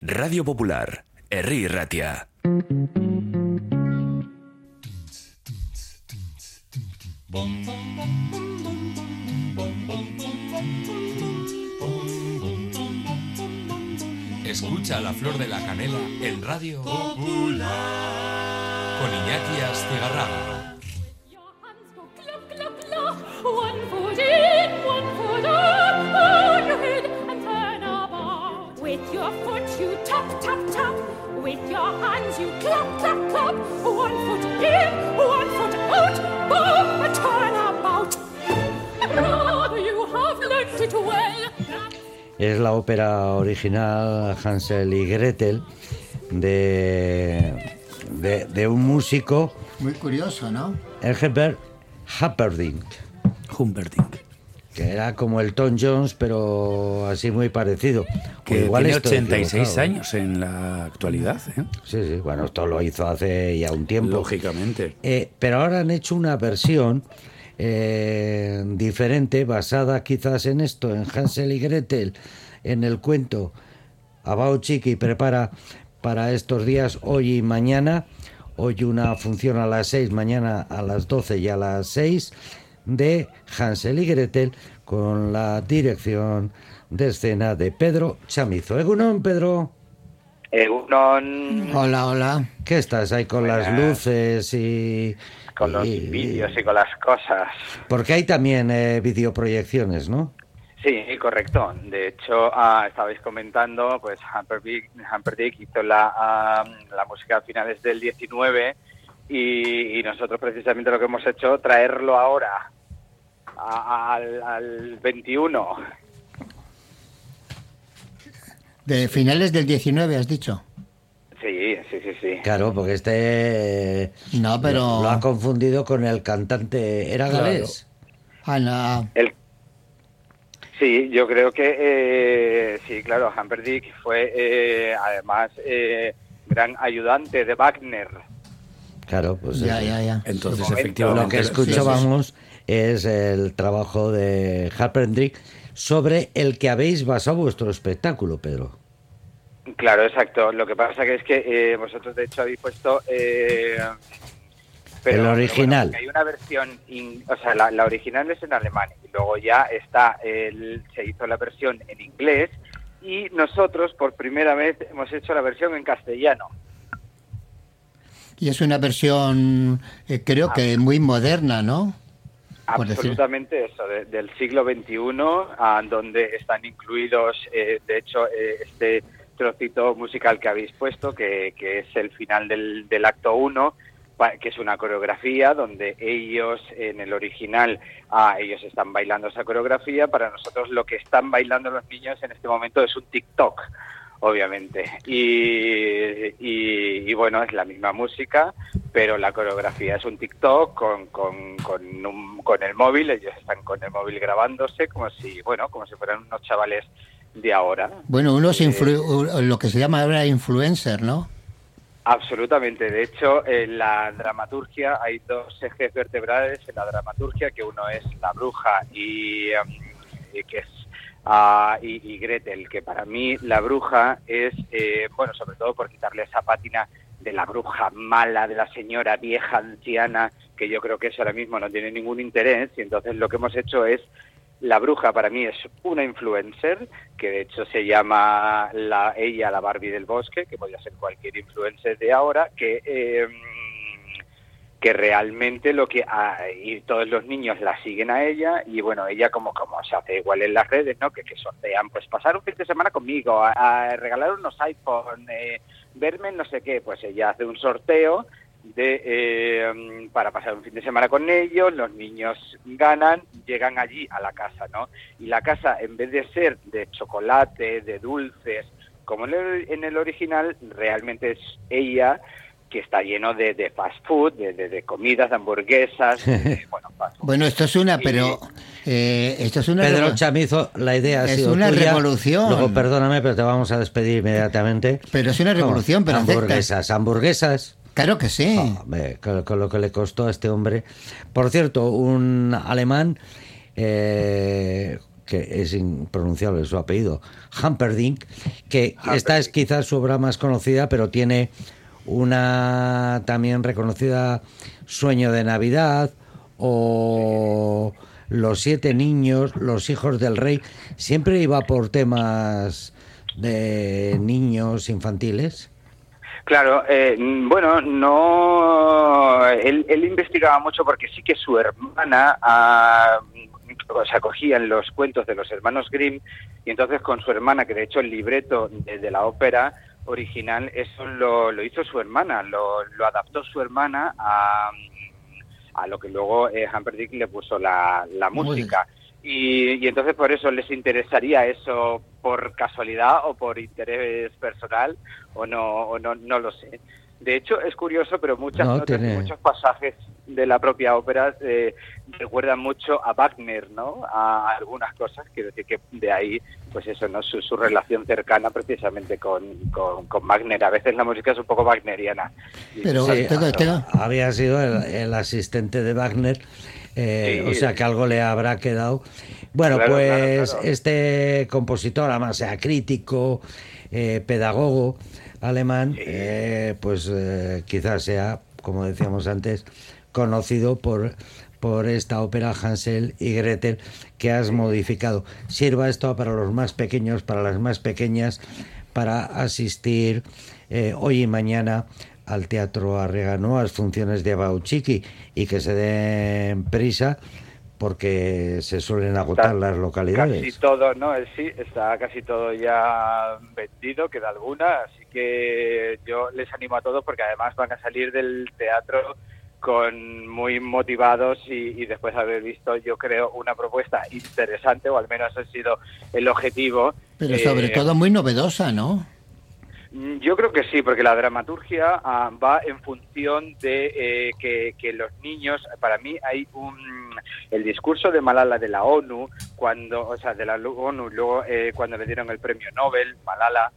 Radio Popular, Herri Ratia. Escucha La Flor de la Canela en Radio Popular con Iñaki Astigarraga. One foot in, one foot out, on your head and turn about. With your foot you tap, tap, tap. With your hands you clap, clap, clap. 1 foot in, 1 foot out, boom, a turn about. Brother, you have learnt it well. Es la ópera original Hansel y Gretel de un músico muy curioso, ¿no? Engelbert Humperdinck, que era como el Tom Jones, pero así muy parecido. Que igual tiene estoy 86 equivocado, ¿eh? años en la actualidad, ¿eh? Sí, bueno, esto lo hizo hace ya un tiempo. Lógicamente. Pero ahora han hecho una versión diferente, basada quizás en esto, en Hansel y Gretel, en el cuento About Chiqui prepara para estos días, hoy y mañana. Hoy una función a las 6, mañana a las 12 y a las 6 de Hansel y Gretel, con la dirección de escena de Pedro Chamizo. Egunon, Pedro. Egunon. Hola, hola. ¿Qué estás ahí con las luces y con los vídeos y con las cosas? Porque hay también videoproyecciones, ¿no? Sí, correcto. De hecho, estabais comentando, pues Humperdinck hizo la música a finales del 19 y nosotros precisamente lo que hemos hecho, traerlo ahora al 21. De finales del 19, has dicho. Sí. Claro, porque no, pero lo ha confundido con el cantante, ¿era galés? No. Sí, yo creo que sí, claro, Humperdinck fue además gran ayudante de Wagner. Claro, pues ya. Entonces, sí, efectivamente, lo que escuchábamos es el trabajo de Humperdinck sobre el que habéis basado vuestro espectáculo, Pedro. Claro, exacto. Lo que pasa que es que vosotros de hecho habéis puesto el original. Bueno, hay una versión, o sea, la original es en alemán y luego ya se hizo la versión en inglés y nosotros por primera vez hemos hecho la versión en castellano. Y es una versión, creo que muy moderna, ¿no? Absolutamente eso, del siglo XXI, donde están incluidos, de hecho, este trocito musical que habéis puesto, que es el final del acto 1, que es una coreografía donde ellos, en el original, ellos están bailando esa coreografía. Para nosotros lo que están bailando los niños en este momento es un TikTok, obviamente. Y bueno, es la misma música, pero la coreografía es un TikTok con el móvil. Ellos están con el móvil grabándose como si fueran unos chavales de ahora. Bueno, lo que se llama ahora influencer, ¿no? Absolutamente. De hecho, en la dramaturgia hay dos ejes vertebrales en la dramaturgia, que uno es la bruja y Gretel, que para mí la bruja es, sobre todo por quitarle esa pátina de la bruja mala, de la señora vieja anciana, que yo creo que eso ahora mismo no tiene ningún interés, y entonces lo que hemos hecho es, la bruja para mí es una influencer, que de hecho se llama la Barbie del bosque, que podría ser cualquier influencer de ahora, que realmente y todos los niños la siguen a ella, y bueno, ella como se hace igual en las redes, ¿no? Que sortean, pues pasar un fin de semana conmigo, a regalar unos iPhone, verme en no sé qué, pues ella hace un sorteo para pasar un fin de semana con ellos, los niños ganan, llegan allí a la casa, ¿no? Y la casa, en vez de ser de chocolate, de dulces, como en el original, realmente es ella, que está lleno de fast food, de comidas, de hamburguesas, fast food. Bueno, esto es una, pero esto es una... Pedro Chamizo, la idea ha sido una tuya. Revolución. Luego, perdóname, pero te vamos a despedir inmediatamente. Pero es una revolución, pero hamburguesas. Claro que sí. Con lo que le costó a este hombre. Por cierto, un alemán que es impronunciable su apellido, Humperdinck, que esta es quizás su obra más conocida, pero tiene una también reconocida, Sueño de Navidad, o Los 7 niños, Los hijos del rey. Siempre iba por temas de niños infantiles. Claro, bueno, no, él investigaba mucho porque sí que su hermana o sea, cogían los cuentos de los hermanos Grimm, y entonces con su hermana, que de hecho el libreto de la ópera original, eso lo hizo su hermana, lo adaptó su hermana a lo que luego Humperdinck le puso la música. Y entonces por eso les interesaría eso por casualidad o por interés personal o no lo sé. De hecho es curioso, pero muchas notas y muchos pasajes de la propia ópera recuerdan mucho a Wagner, ¿no? A algunas cosas, quiero decir que de ahí, pues eso, ¿no? Su relación cercana precisamente con Wagner. A veces la música es un poco wagneriana. Pero sí, había sido el asistente de Wagner. O sea que algo le habrá quedado. Bueno, claro, pues claro. Este compositor, además sea crítico, pedagogo alemán, pues quizás sea, como decíamos antes, conocido por esta ópera Hansel y Gretel que has modificado. Sirva esto para los más pequeños, para las más pequeñas, para asistir hoy y mañana al Teatro Arriaga, nuevas funciones de Bauchiqui, y que se den prisa porque se suelen agotar las localidades. Casi todo, ¿no? Sí, está casi todo ya vendido, queda alguna, así que yo les animo a todos porque además van a salir del teatro con muy motivados y después de haber visto, yo creo, una propuesta interesante, o al menos ha sido el objetivo. Pero sobre todo muy novedosa, ¿no? Yo creo que sí, porque la dramaturgia va en función de que los niños, para mí hay el discurso de Malala de la ONU, de la ONU, luego cuando le dieron el premio Nobel, Malala,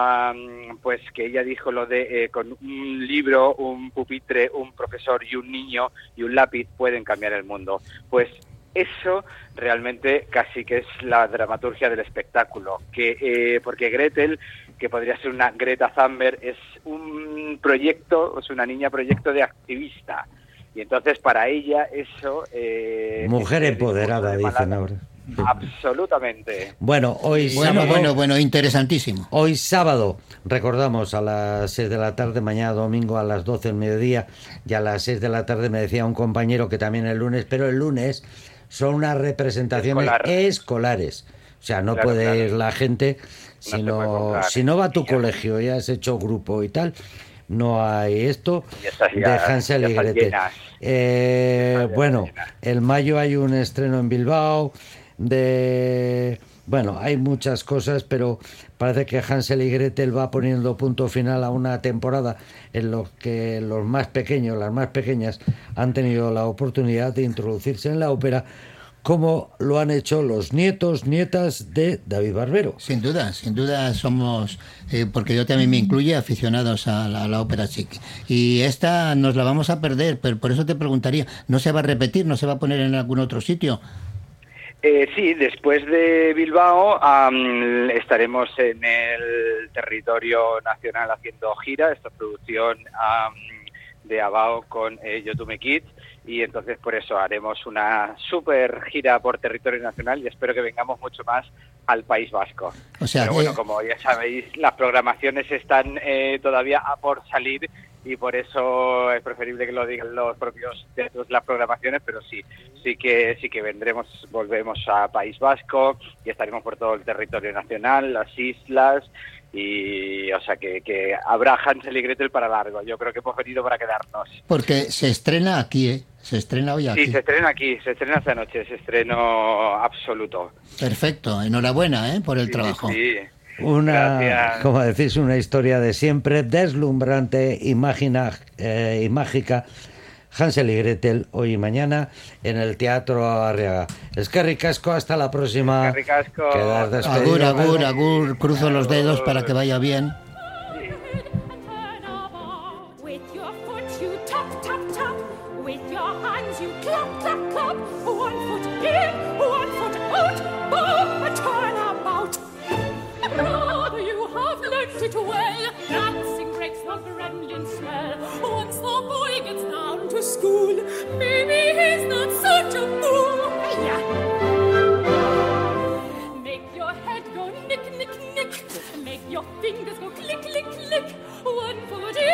pues que ella dijo lo de con un libro, un pupitre, un profesor y un niño y un lápiz pueden cambiar el mundo. Pues eso realmente casi que es la dramaturgia del espectáculo, porque Gretel, que podría ser una Greta Thunberg, es un proyecto, es una niña proyecto de activista, y entonces para ella eso... mujer empoderada, dicen ahora. Absolutamente. Bueno, hoy bueno, interesantísimo. Hoy sábado, recordamos, a las 6 de la tarde, mañana domingo a las 12 del mediodía, y a las 6 de la tarde me decía un compañero que también el lunes, pero el lunes son unas representaciones escolares. O sea, no puede ir la gente si no va a tu colegio y has hecho grupo y tal. No hay esto de Hansel y Gretel. Bueno, en mayo hay un estreno en Bilbao bueno, hay muchas cosas, pero parece que Hansel y Gretel va poniendo punto final a una temporada en lo que los más pequeños, las más pequeñas, han tenido la oportunidad de introducirse en la ópera, como lo han hecho los nietos, nietas de David Barbero. Sin duda somos, porque yo también me incluye, aficionados a la ópera chic. Y esta nos la vamos a perder, pero por eso te preguntaría, ¿no se va a repetir, no se va a poner en algún otro sitio? Sí, después de Bilbao estaremos en el territorio nacional haciendo gira, esta producción de Abao con Yotume Kids, y entonces por eso haremos una super gira por territorio nacional y espero que vengamos mucho más al País Vasco. O sea, pero bueno, como ya sabéis, las programaciones están todavía por salir y por eso es preferible que lo digan los propios teatros, las programaciones, pero sí que vendremos, volvemos a País Vasco y estaremos por todo el territorio nacional, las islas, y o sea que habrá Hansel y Gretel para largo. Yo creo que hemos venido para quedarnos. Porque se estrena aquí, se estrena hoy aquí. Sí, se estrena aquí, se estrena esta noche, es estreno absoluto. Perfecto, enhorabuena por el trabajo. Sí. Gracias. Como decís, una historia de siempre, deslumbrante y mágica. Hansel y Gretel, hoy y mañana, en el Teatro Arriaga. Eskerrik asko, hasta la próxima. Eskerrik asko. Quedar despedido. Agur, cruzo los dedos para que vaya bien. One foot in, one foot out, Dancing breaks the gremlin spell. Once the boy gets down to school, maybe he's not such a fool. Yeah. Make your head go nick, nick, nick. Make your fingers go click, click, click. 1 foot in.